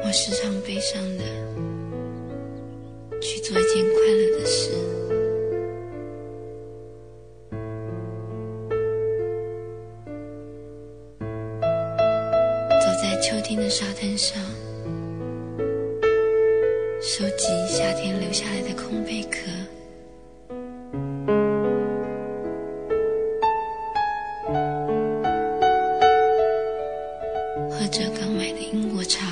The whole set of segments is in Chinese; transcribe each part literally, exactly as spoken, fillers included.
我时常悲伤的去做一件快乐的事，走在秋天的沙滩上，收集夏天留下来的空贝壳，喝着刚买的英国茶，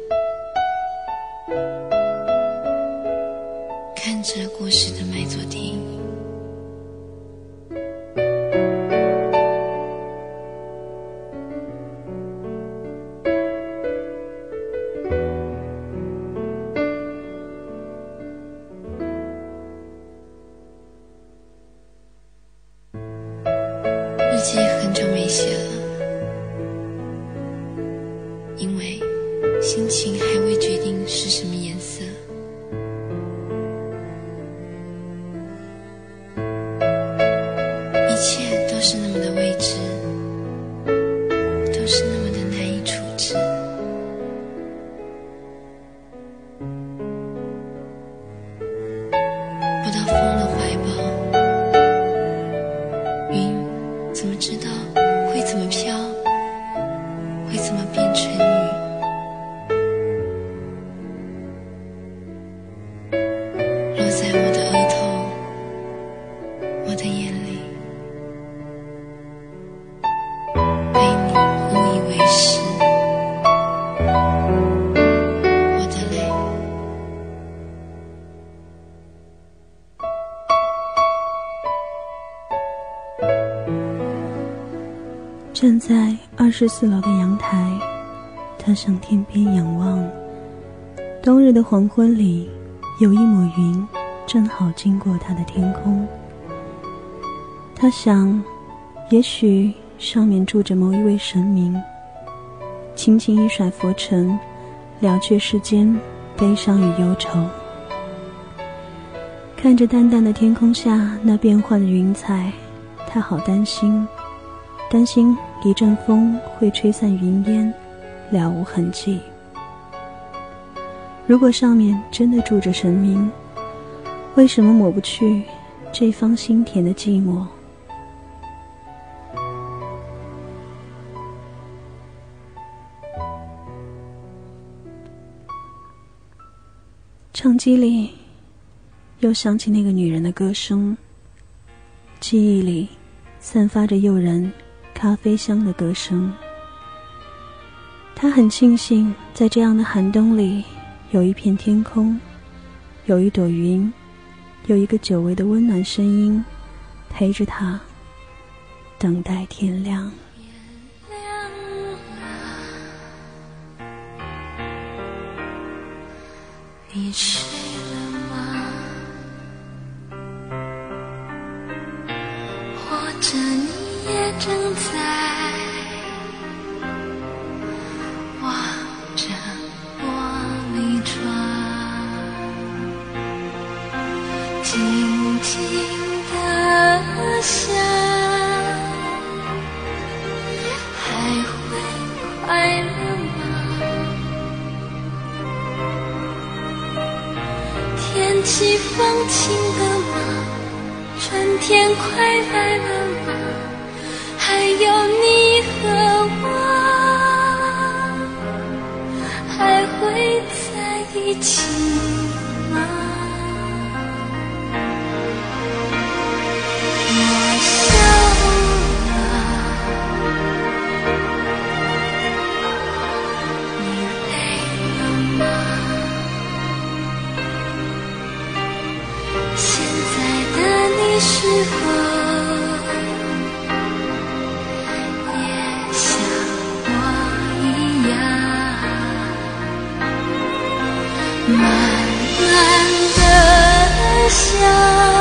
看着过时的麦佐汀，日记很久没写了，因为心情还未决定是什么颜色。一切都是那么的未知，都是那么的难以处置。不到风的怀抱，云怎么知道会怎么飘，会怎么变成雨？落在我的额头，我的眼里，被你误以为是我的泪。 站在二十四楼的阳台，他向天边仰望。冬日的黄昏里，有一抹云正好经过他的天空。他想，也许上面住着某一位神明，轻轻一甩佛尘，了却世间悲伤与忧愁。看着淡淡的天空下那变幻的云彩，他好担心，担心一阵风会吹散云烟，了无痕迹。如果上面真的住着神明，为什么抹不去这方心田的寂寞？唱机里又响起那个女人的歌声，记忆里散发着诱人咖啡香的歌声。他很庆幸在这样的寒冬里，有一片天空，有一朵云，有一个久违的温暖声音陪着他等待天亮。 你睡了吗？或者你也正在望着玻璃窗，静静的想，还会快乐吗？天气放晴了吗？春天快来了吗？还有你和我，还会在一起吗？我笑了，你累了吗？现在的你是否也像我一样，慢慢的想，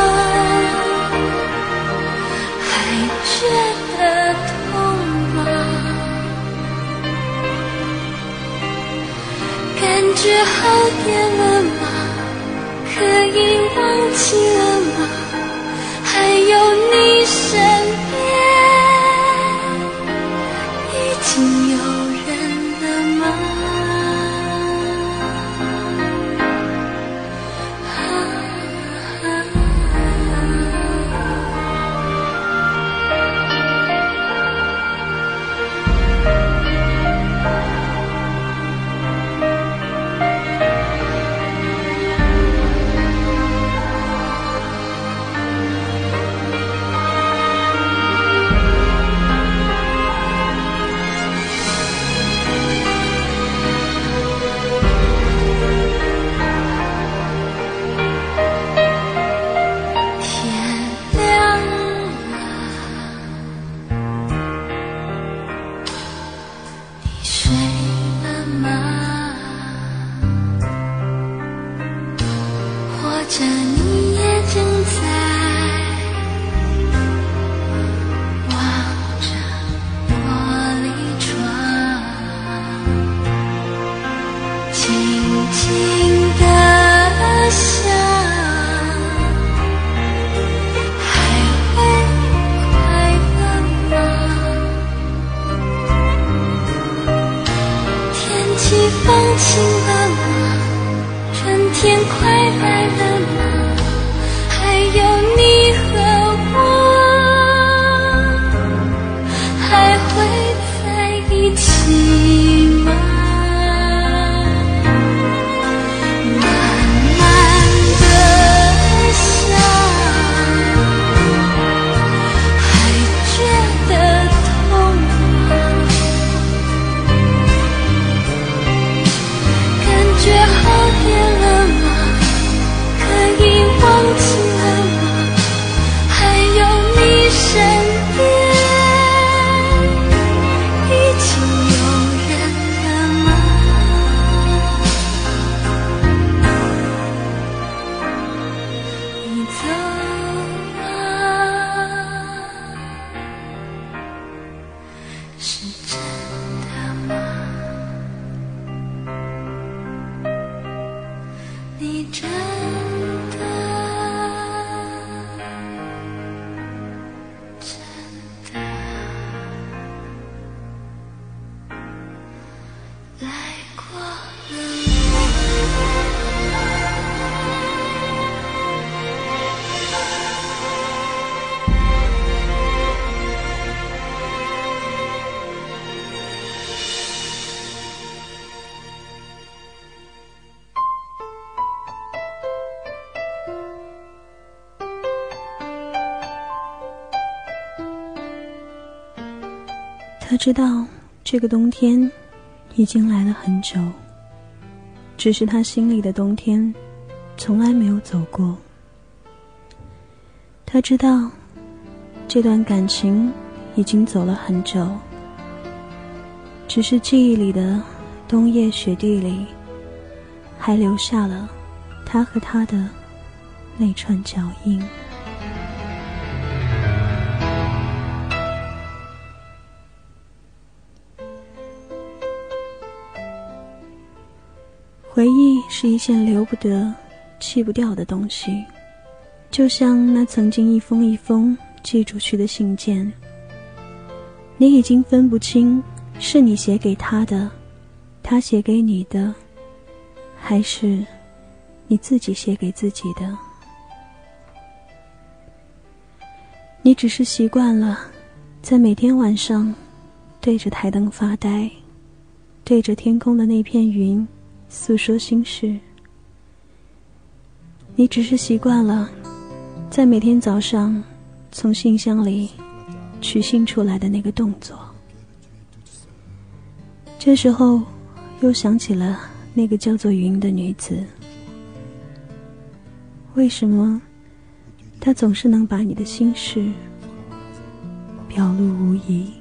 还觉得痛吗？感觉好点了吗？可以忘记了吗？还有你身边已经有人了吗？ 快来了吗？还有你和我，还会在一起吗？ 他知道这个冬天已经来了很久，只是他心里的冬天从来没有走过。他知道这段感情已经走了很久，只是记忆里的冬夜雪地里还留下了他和他的那串脚印。回忆是一件留不得、弃不掉的东西，就像那曾经一封一封寄出去的信件，你已经分不清是你写给他的，他写给你的，还是你自己写给自己的。你只是习惯了在每天晚上对着台灯发呆，对着天空的那片云诉说心事。你只是习惯了在每天早上从信箱里取信出来的那个动作。这时候又想起了那个叫做云的女子，为什么她总是能把你的心事表露无遗？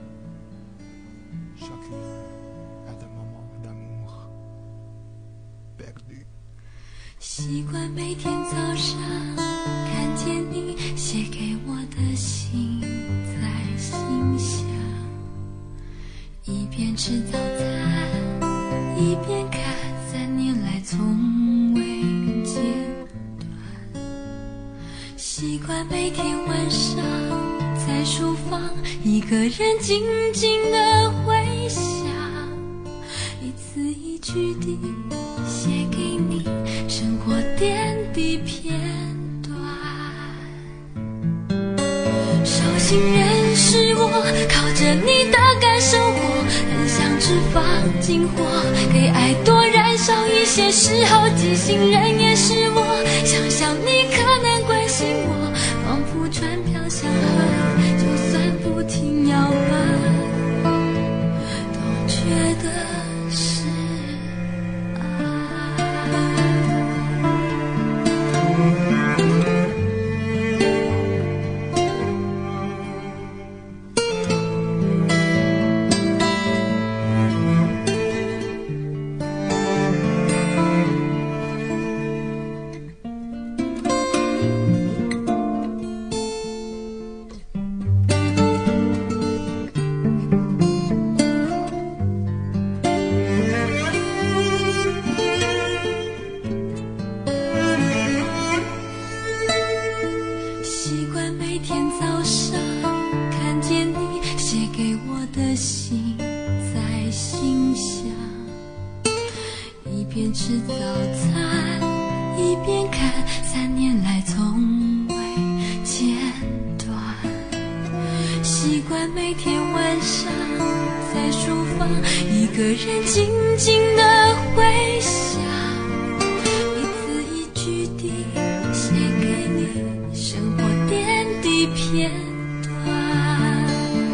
习惯每天早上看见你写给我的信，在心想，一边吃早餐一边看，三年来从未间断。习惯每天晚上在书房一个人静静地回想，一字一句地写给你生活点滴片段。手心人是我，靠着你的感受我很想只放进火，给爱多燃烧一些时候，即兴人也是我，想想你可能关心我，仿佛船飘向河，就算不停摇摆都觉得是吃早餐边看，三年来从未间断。习惯每天晚上在书房，一个人静静地回想，一字一句地写给你生活点滴片段。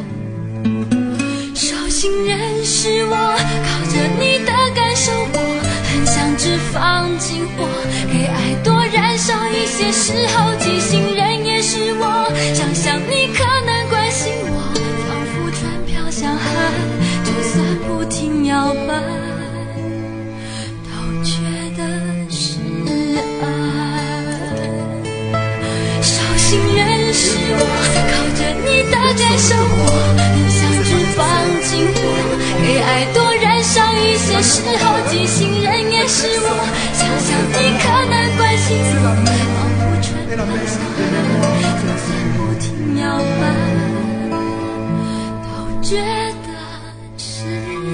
手心人是我，靠着你的感受，我很想只放进火，给爱多燃烧一些时候，即兴人也是我，想想你可能关心我，仿佛船飘向海，就算不停摇摆，都觉得是爱。手心人是我，靠着你的感受，我很想只放进火，给爱多燃烧一些时候，即兴人也是我，想想你可能关心我，仿佛春飘向海，就算不停摇摆，都觉得是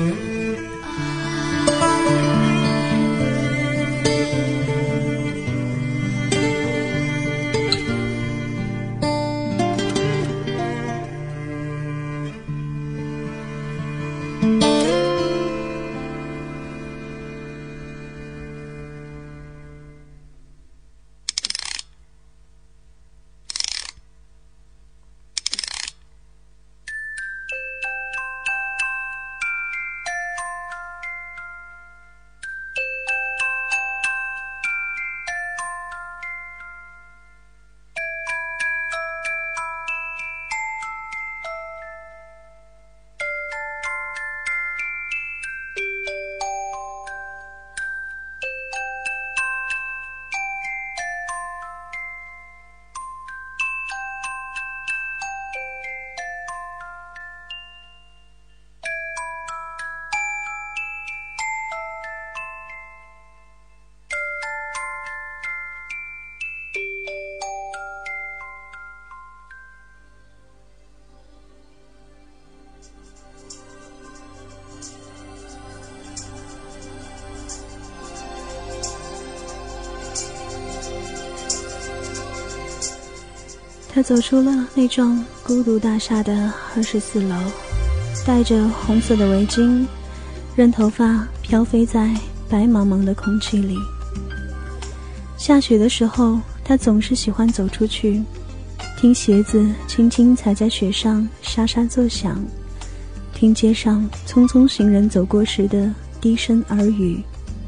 他走出了那幢孤独大厦的二十四楼，戴着红色的围巾，任头发飘飞在白茫茫的空气里。下雪的时候，他总是喜欢走出去，听鞋子轻轻踩在雪上沙沙作响，听街上匆匆行人走过时的低声耳语。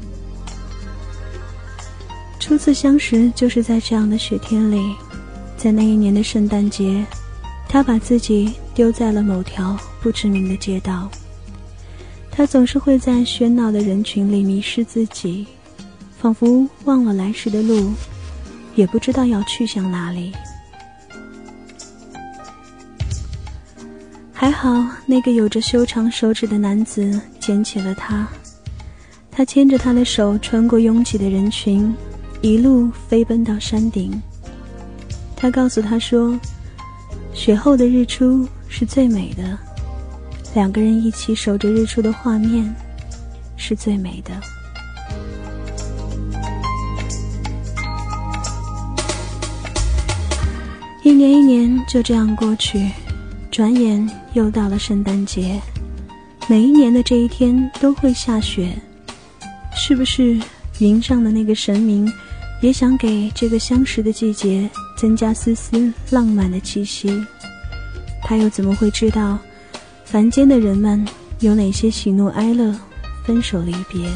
初次相识就是在这样的雪天里，在那一年的圣诞节，他把自己丢在了某条不知名的街道。他总是会在喧闹的人群里迷失自己，仿佛忘了来时的路，也不知道要去向哪里。还好那个有着修长手指的男子捡起了他，他牵着他的手穿过拥挤的人群，一路飞奔到山顶。他告诉他说，雪后的日出是最美的，两个人一起守着日出的画面是最美的。一年一年就这样过去，转眼又到了圣诞节。每一年的这一天都会下雪，是不是云上的那个神明也想给这个相识的季节增加丝丝浪漫的气息？他又怎么会知道凡间的人们有哪些喜怒哀乐，分手离别？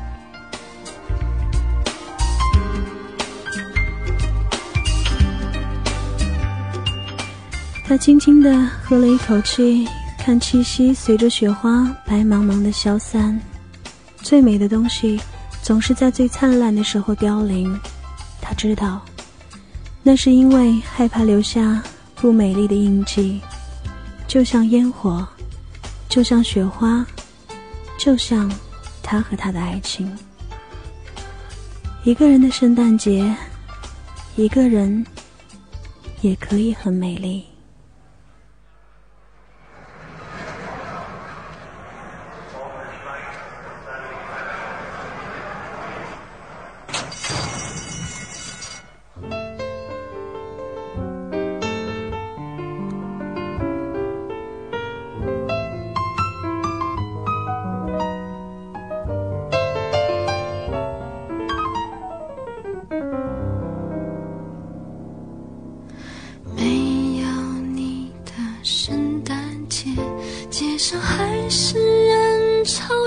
他轻轻地喝了一口气，看气息随着雪花白茫茫的消散。最美的东西总是在最灿烂的时候凋零，他知道那是因为害怕留下不美丽的印记，就像烟火，就像雪花，就像他和他的爱情。一个人的圣诞节，一个人也可以很美丽。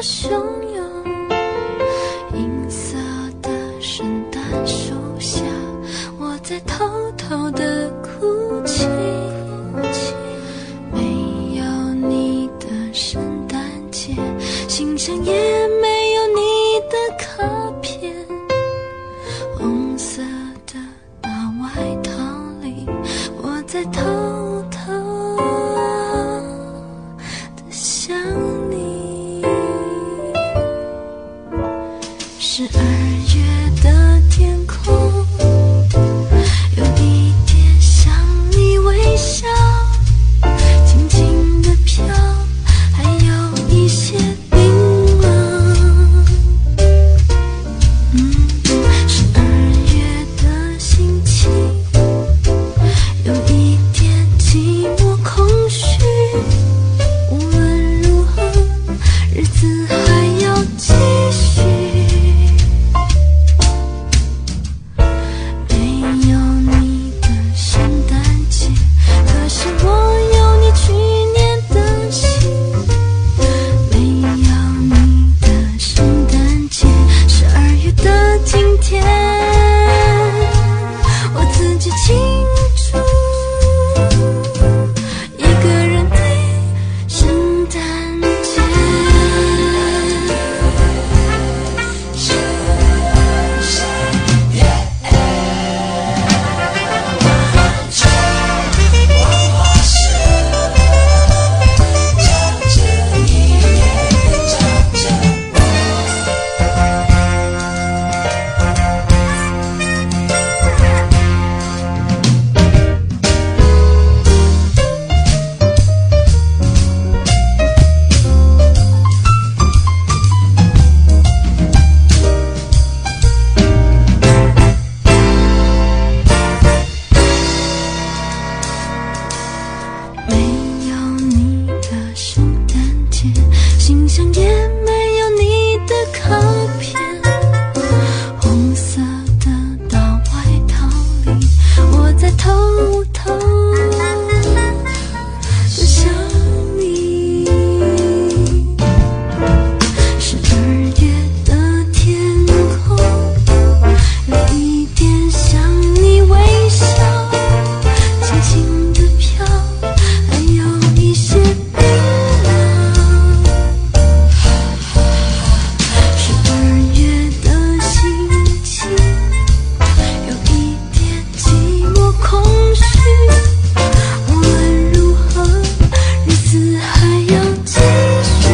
汹涌。银色的圣诞树下，我在偷偷地哭泣。没有你的圣诞节，信箱也没有你的卡片。红色的大外套里，我在偷偷地想你。十二月的天空有一点向你微笑，轻轻地飘，还有一些冰冷。嗯，十二月的心情有一点寂寞空虚，无论如何日子还要继续。没有你的圣诞节，可是我有你去年的心。没有你的圣诞节，十二月的今天，我自己清楚，一个人对圣诞节。没有你的圣诞节，信箱也没有你的卡片。红色的大外套里，我在偷偷地想你。十二月的天空有一点向你微笑，轻轻地飘，还有一些冰冷。十二月的心情有一点寂寞空虚，无论如何日子还要继续。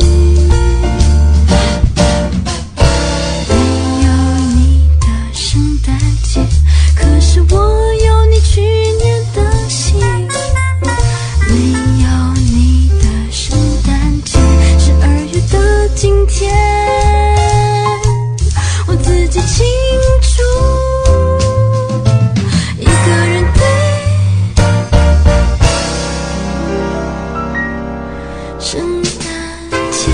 没有你的圣诞节，可是我有你去年的心。没有你的圣诞节，十二月的今天，我自己清楚，一个人对圣诞节。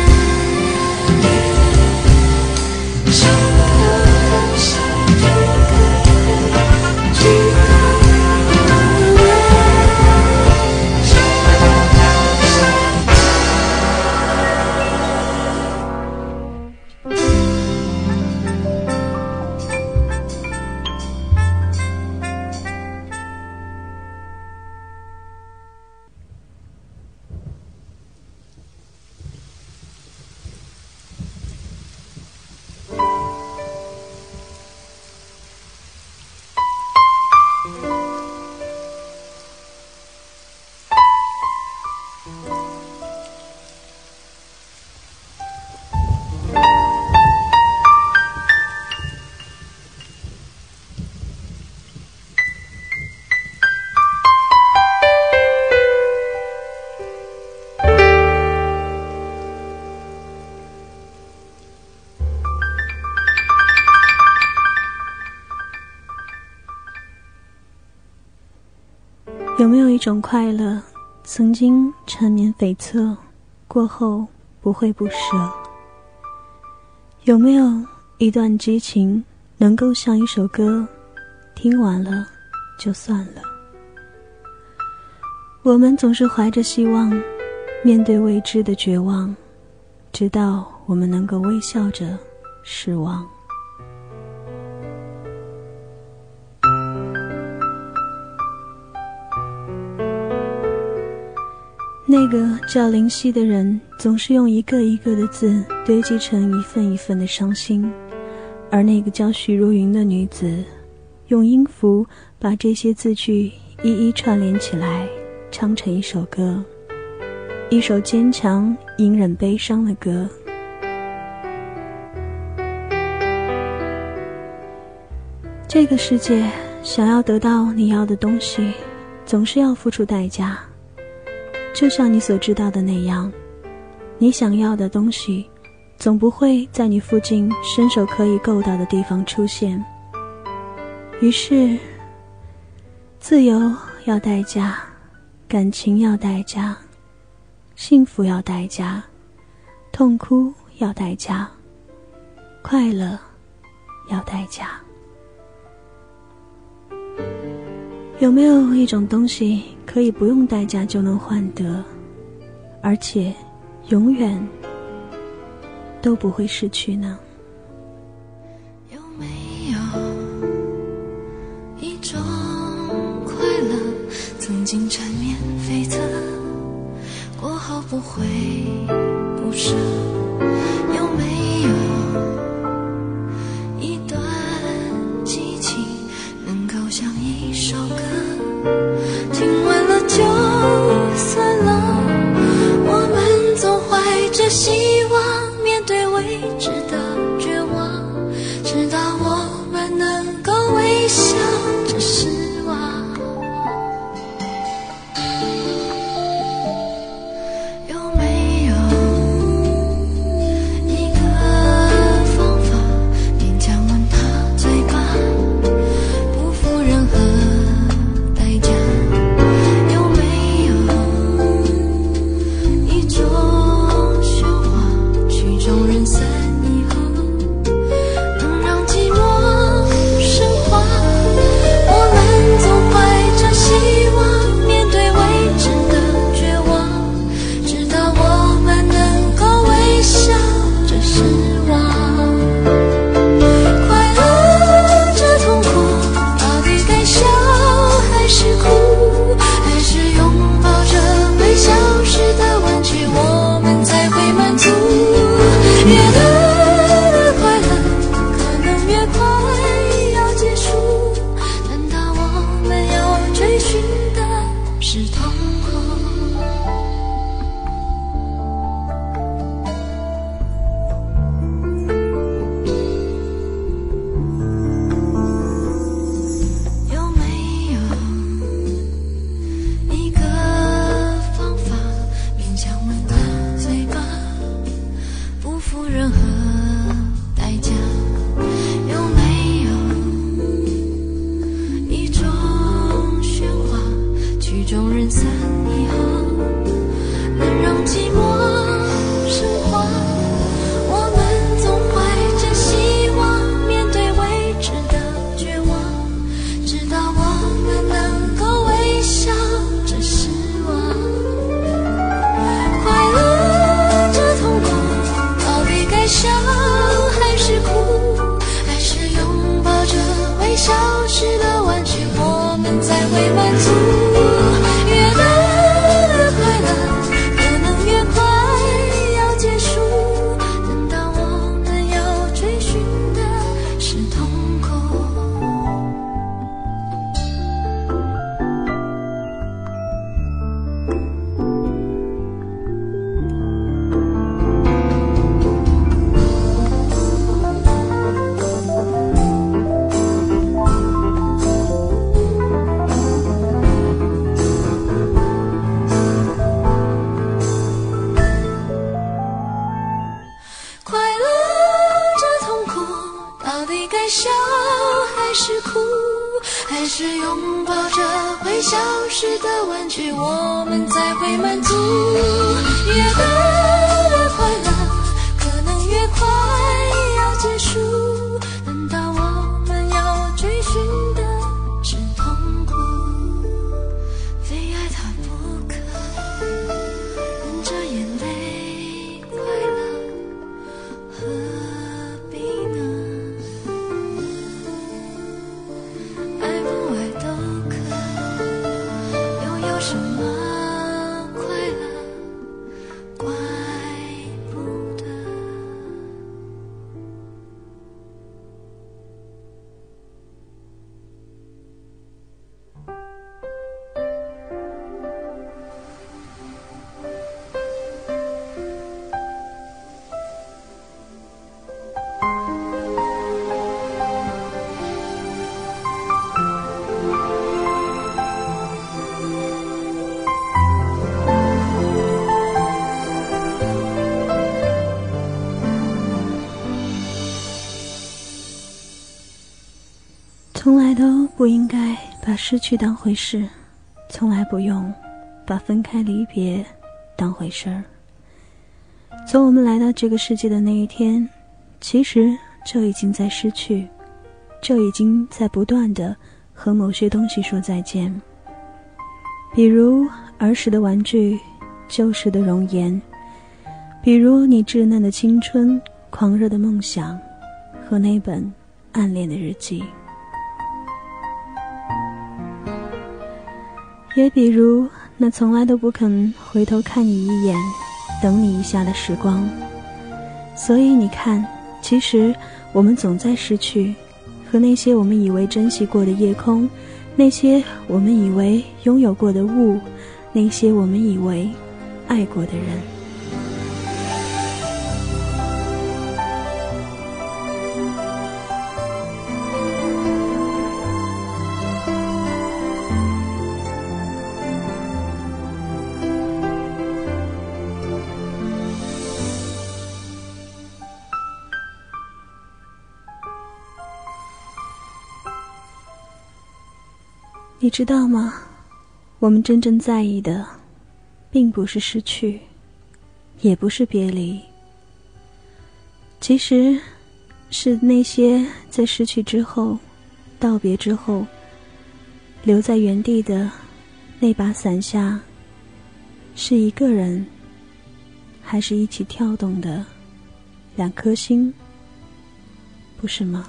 有没有一种快乐，曾经缠绵悱恻，过后不会不舍？有没有一段激情，能够像一首歌，听完了就算了？我们总是怀着希望，面对未知的绝望， 直到我们能够微笑着失望。那个叫林夕的人总是用一个一个的字堆积成一份一份的伤心，而那个叫许茹芸的女子用音符把这些字句一一串联起来，唱成一首歌，一首坚强隐忍悲伤的歌。这个世界想要得到你要的东西，总是要付出代价。就像你所知道的那样，你想要的东西总不会在你附近伸手可以够到的地方出现。于是自由要代价，感情要代价，幸福要代价，痛哭要代价，快乐要代价。有没有一种东西可以不用代价就能换得，而且永远都不会失去呢？ 有没有一种快乐曾经缠绵悱恻，过后不会不舍？有没有一段激情能够像一首歌，听完了就算了？我们总怀着希望面对未知的绝望，直到我们能够微笑着失望。有没有一个方法勉强吻他嘴巴，不负任何代价？有没有一种喧哗曲终人散以后，能让寂寞升华？我们总怀着希望面对未知的绝望，直到我们能够微笑着失望。快乐着痛苦，到底该笑还是哭？还是拥抱着微笑时的玩具，我们才会满足？越大的快乐可能越快要结束，难道我们要追寻的是痛苦？有没有一个方法勉强吻他嘴巴，不负任何代价？有没有一种喧哗曲终人散以后，能让寂寞升华？我们总怀着希望面对未知的绝望，直到我们能够微笑着失望。快乐着痛苦，到底该笑还是哭？还是拥抱着微笑时的玩具，我们才会满足？越大的快乐可能越快要结束，难道我们要追寻的是痛苦？快乐着痛苦，到底该笑还是哭？还是拥抱着微笑时的玩具，我们才会满足？越大的快乐可能越快要结束，难道我们要追寻的是痛苦？非爱它不可，忍着眼泪快乐。 什么快乐怪不得。 从来都不应该把失去当回事，从来不用把分开离别当回事儿。从我们来到这个世界的那一天，其实就已经在失去，就已经在不断地和某些东西说再见。比如儿时的玩具，旧时的容颜，比如你稚嫩的青春，狂热的梦想，和那本暗恋的日记。也比如那从来都不肯回头看你一眼，等你一下的时光。所以你看，其实我们总在失去，和那些我们以为珍惜过的夜空，那些我们以为拥有过的物，那些我们以为爱过的人。你知道吗？我们真正在意的，并不是失去，也不是别离，其实是那些在失去之后、道别之后，留在原地的那把伞下，是一个人，还是一起跳动的两颗心，不是吗？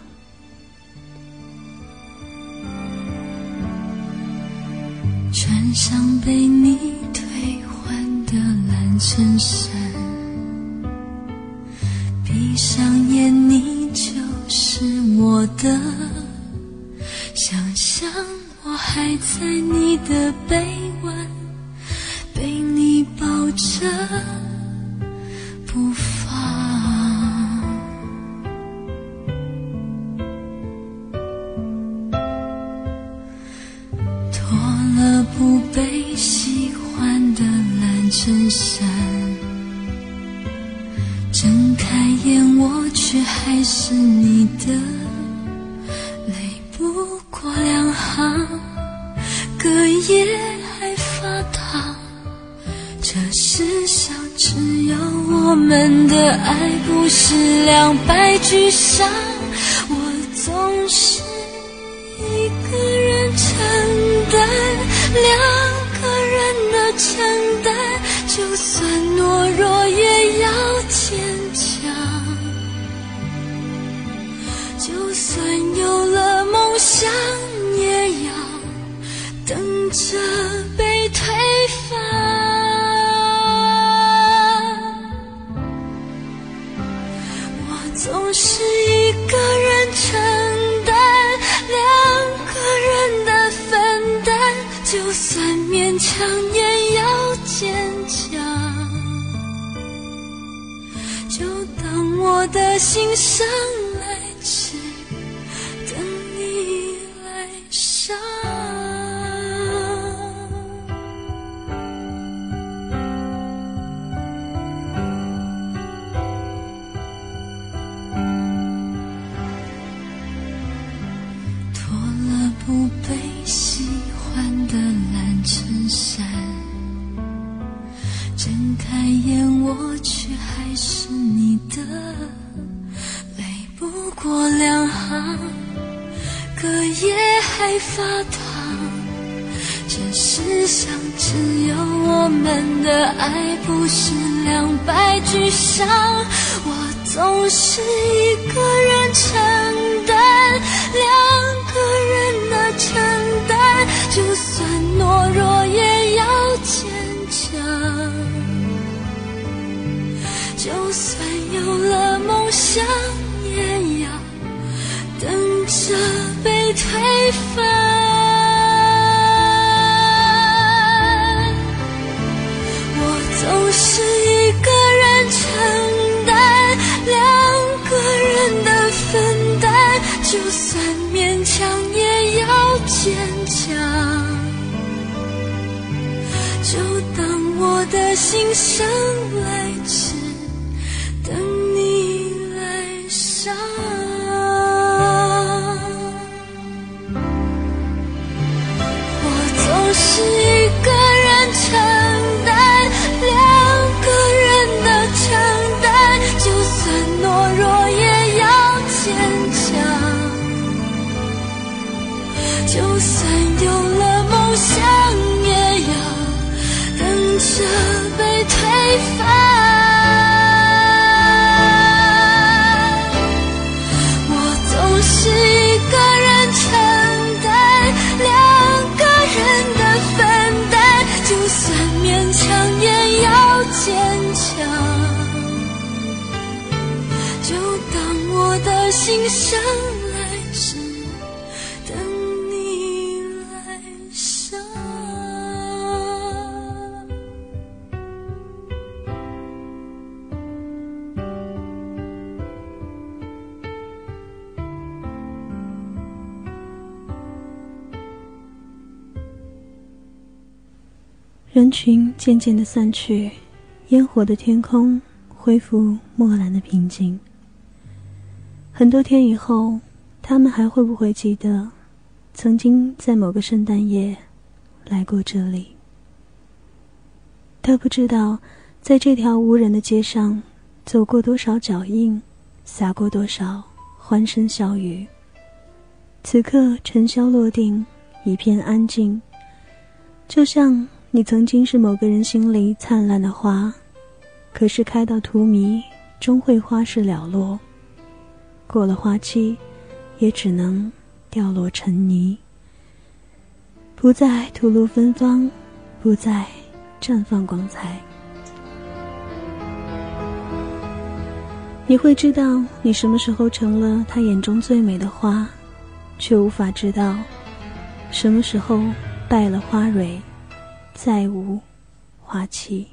穿上被你退还的蓝衬衫，闭上眼你就是我的，想象我还在你的臂弯，被你抱着不放，脱了不被喜欢的蓝衬衫，睁开眼我却还是你的，泪不过两行，隔夜还发烫，这世上只有我们的爱，不是两败俱伤，我总是一个人承担，两个人的承担，就算懦弱也要坚强，就算有了梦想也要等着被推翻。我总是一个人承担，两个人的分担，就算勉强也要坚强，就当我的心上来迟，等你来上。脱了不被喜欢的蓝衬衫，睁开眼我却还是你的，泪不过两行，隔夜还发烫，这世上只有我们的爱，不是两败俱伤，我总是一个人承担，两个人的承担， 就算懦弱也要坚强，就算有了梦想也要等着被推翻。总是一个人承担两个人的分担，就算勉强也要坚强，就当我的心生来迟，等你来伤。我总是一个人承担两个人的承担，就算懦弱也要坚强，就算有了梦想也要等着被推翻。我总是一个人承担两个人的分担，就算勉强也要坚强，就当我的心生来迟，等你来伤。 人群渐渐地散去，烟火的天空恢复漠然的平静。很多天以后，他们还会不会记得曾经在某个圣诞夜来过这里？他不知道在这条无人的街上走过多少脚印，洒过多少欢声笑语。此刻尘嚣落定，一片安静，就像你曾经是某个人心里灿烂的花，可是开到荼蘼，终会花事了落，过了花期，也只能掉落成泥，不再吐露芬芳，不再绽放光彩。你会知道你什么时候成了他眼中最美的花，却无法知道什么时候败了花蕊，再无花期。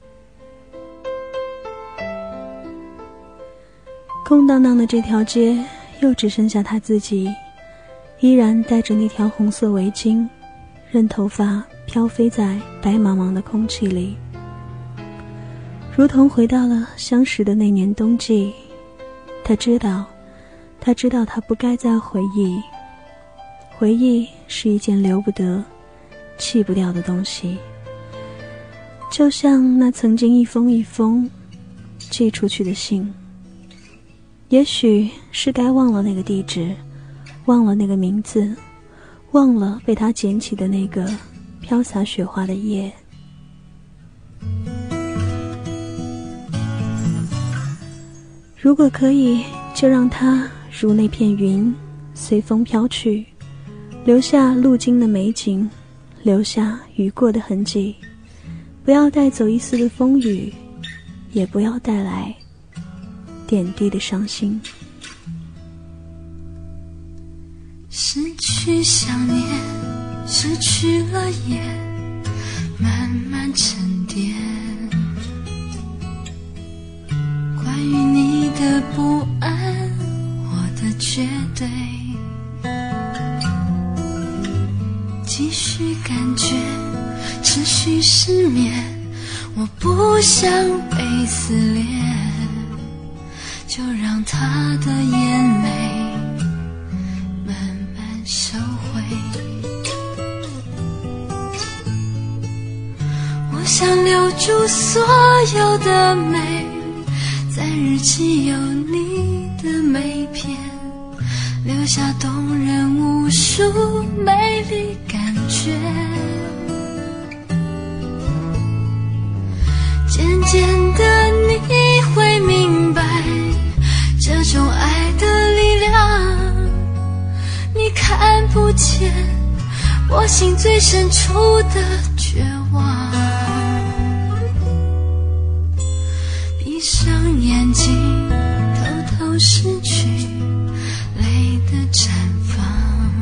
空荡荡的这条街，又只剩下他自己，依然戴着那条红色围巾，任头发飘飞在白茫茫的空气里，如同回到了相识的那年冬季。他知道，他知道他不该再回忆，回忆是一件留不得、弃不掉的东西，就像那曾经一封一封寄出去的信。也许是该忘了那个地址，忘了那个名字，忘了被他捡起的那个飘洒雪花的夜。如果可以，就让它如那片云，随风飘去，留下路经的美景，留下雨过的痕迹，不要带走一丝的风雨，也不要带来点滴的伤心。 失去想念，失去了也慢慢沉淀，关于你的不安，我的绝对，继续感觉，持续失眠，我不想被撕裂，就让他的眼泪慢慢收回。我想留住所有的美，在日记有你的每篇，留下动人无数美丽感觉。渐渐的你会明白这种爱的力量，你看不见我心最深处的绝望。闭上眼睛，偷偷失去泪的绽放。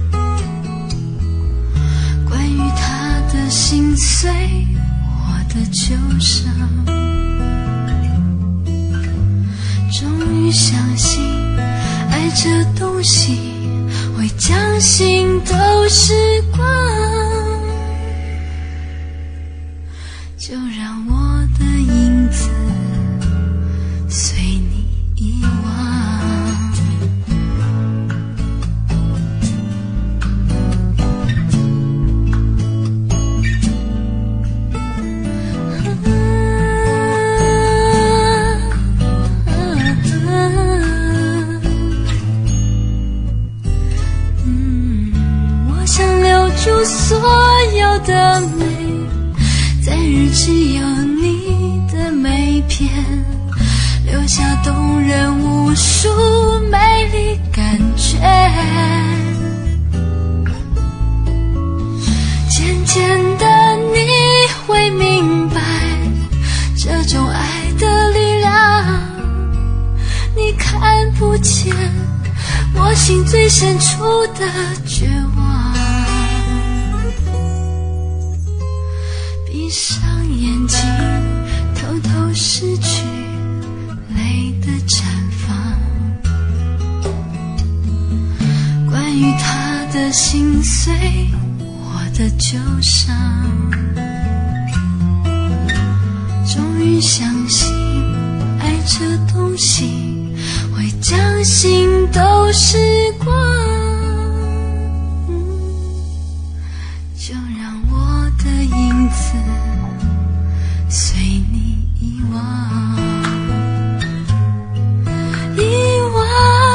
关于他的心碎，我的旧伤。终于相信，爱这东西会将心都时光。就让我的影子随你遗忘。嗯，我想留住所有的美，在日记有你的每篇，留下动人无数美丽感觉。渐渐的你会明白，这种爱的力量，你看不见我心最深处的绝望。闭上眼睛，偷偷失去泪的绽放。关于他的心碎，我的旧伤。终于相信，爱这东西会将心都时光。就让我的影子随你遗忘，遗忘。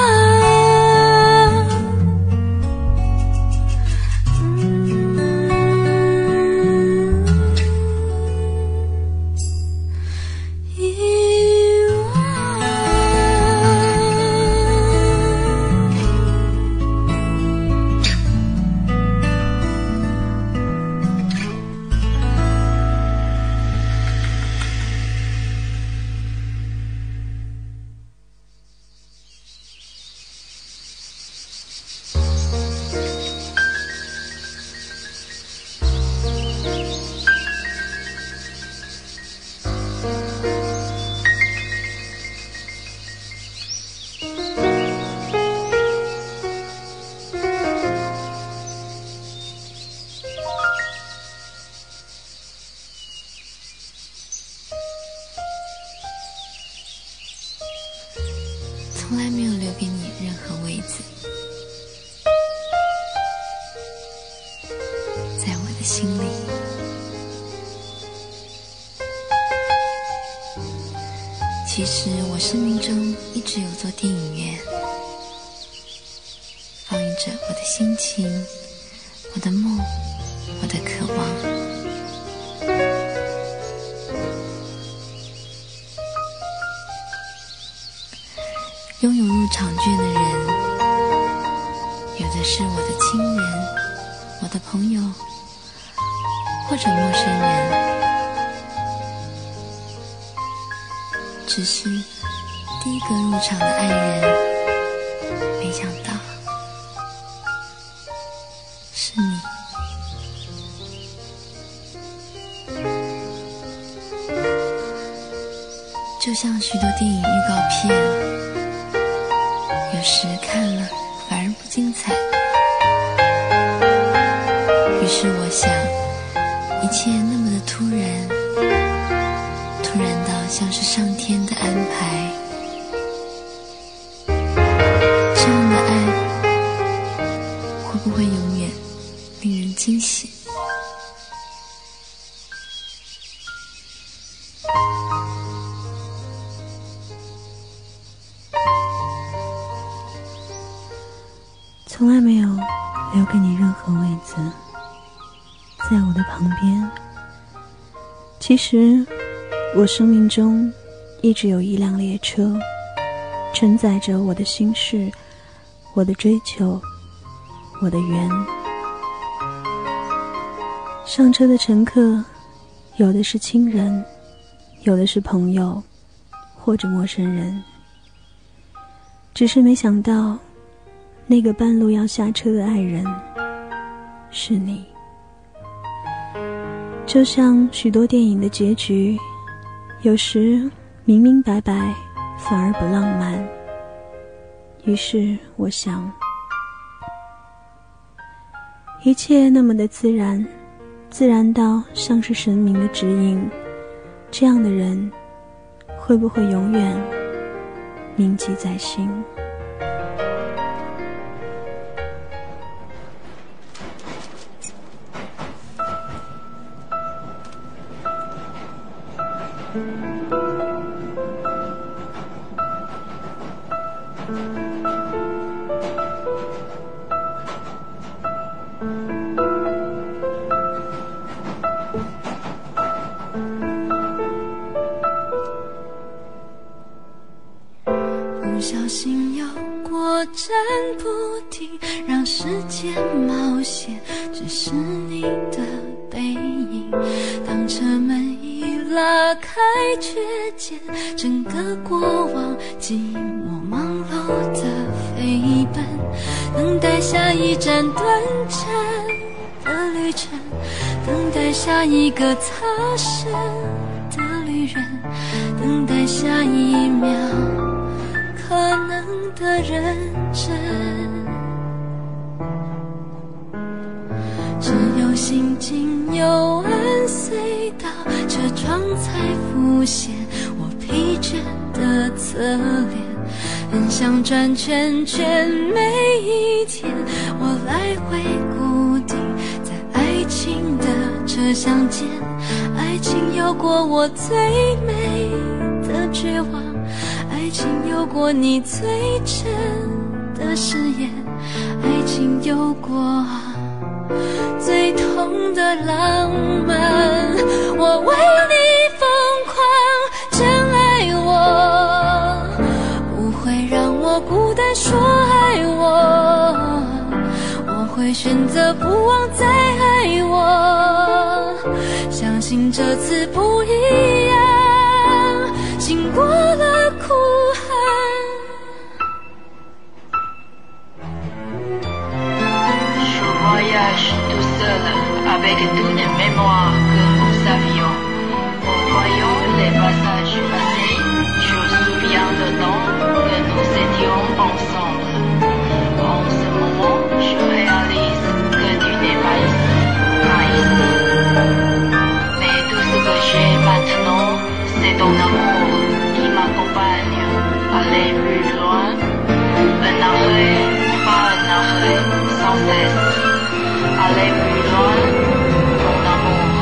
从来没有留给你任何位子，在我的心里。其实我生命中一直有座电影院，放映着我的心情，我的梦，我的渴望。拥有入场券的人，有的是我的亲人，我的朋友，或者陌生人。只是第一个入场的爱人，没想到是你。就像许多电影预告片，有时看了反而不精彩。于是我想，一切那么的突然，突然到像是上天的安排。这样的爱会不会永远令人惊喜？ 从来没有留给你任何位子，在我的旁边。其实我生命中一直有一辆列车，承载着我的心事，我的追求，我的缘。 上车的乘客，有的是亲人，有的是朋友，或者陌生人。只是没想到，那个半路要下车的爱人，是你。就像许多电影的结局，有时明明白白，反而不浪漫。于是我想，一切那么的自然，自然到像是神明的指引，这样的人会不会永远铭记在心？ 不小心有过站不停，让时间冒险，只是你的背影。当车门一拉开，却见整个过往，寂寞忙碌的飞奔，等待下一站短暂的旅程，等待下一个擦身的旅人，等待下一秒可能的认真。只有心境有安随到车窗才浮现我疲倦的侧脸，很想转圈圈每一天，我来回固定在爱情的车厢间。爱情有过我最美的绝望，爱情有过你最真的誓言，爱情有过最痛的浪漫。我为你疯狂，真爱我，不会让我孤单说爱我，我会选择不忘再爱我，相信这次不一样，经过了苦寒。 Voyage tout seul avec toutes les mémoires que nous avions. En voyant les passages passés, je me souviens de temps que nous étions ensemble. En ce moment, je réalise que tu n'es pas ici, pas ici. Mais tout ce que j'ai maintenant, c'est ton amour qui m'accompagne. Aller plus loin, un arrêt, pas un arrêt, sans cesse.Aller plus loin, mon amour.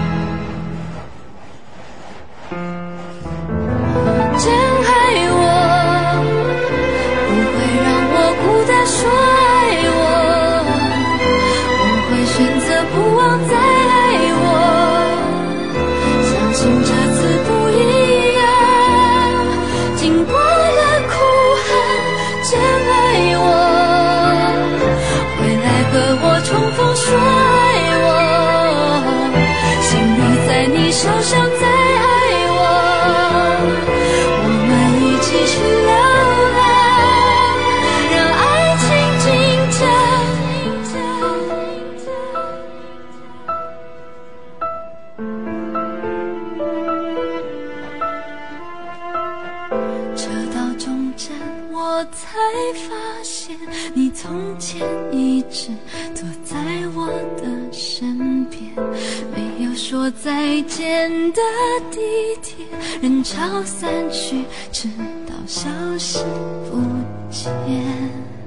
真爱我，不会让我孤单说爱我，我会选择不忘再爱我，相信这次不一样，经过了苦寒，真爱我，回来和我重逢说爱我，心里在你手上再爱我，我们一起去流浪，让爱情静止。车到终站，我才发现你从前一直坐在我的身边，没有说再见的地铁，人潮散去，直到消失不见。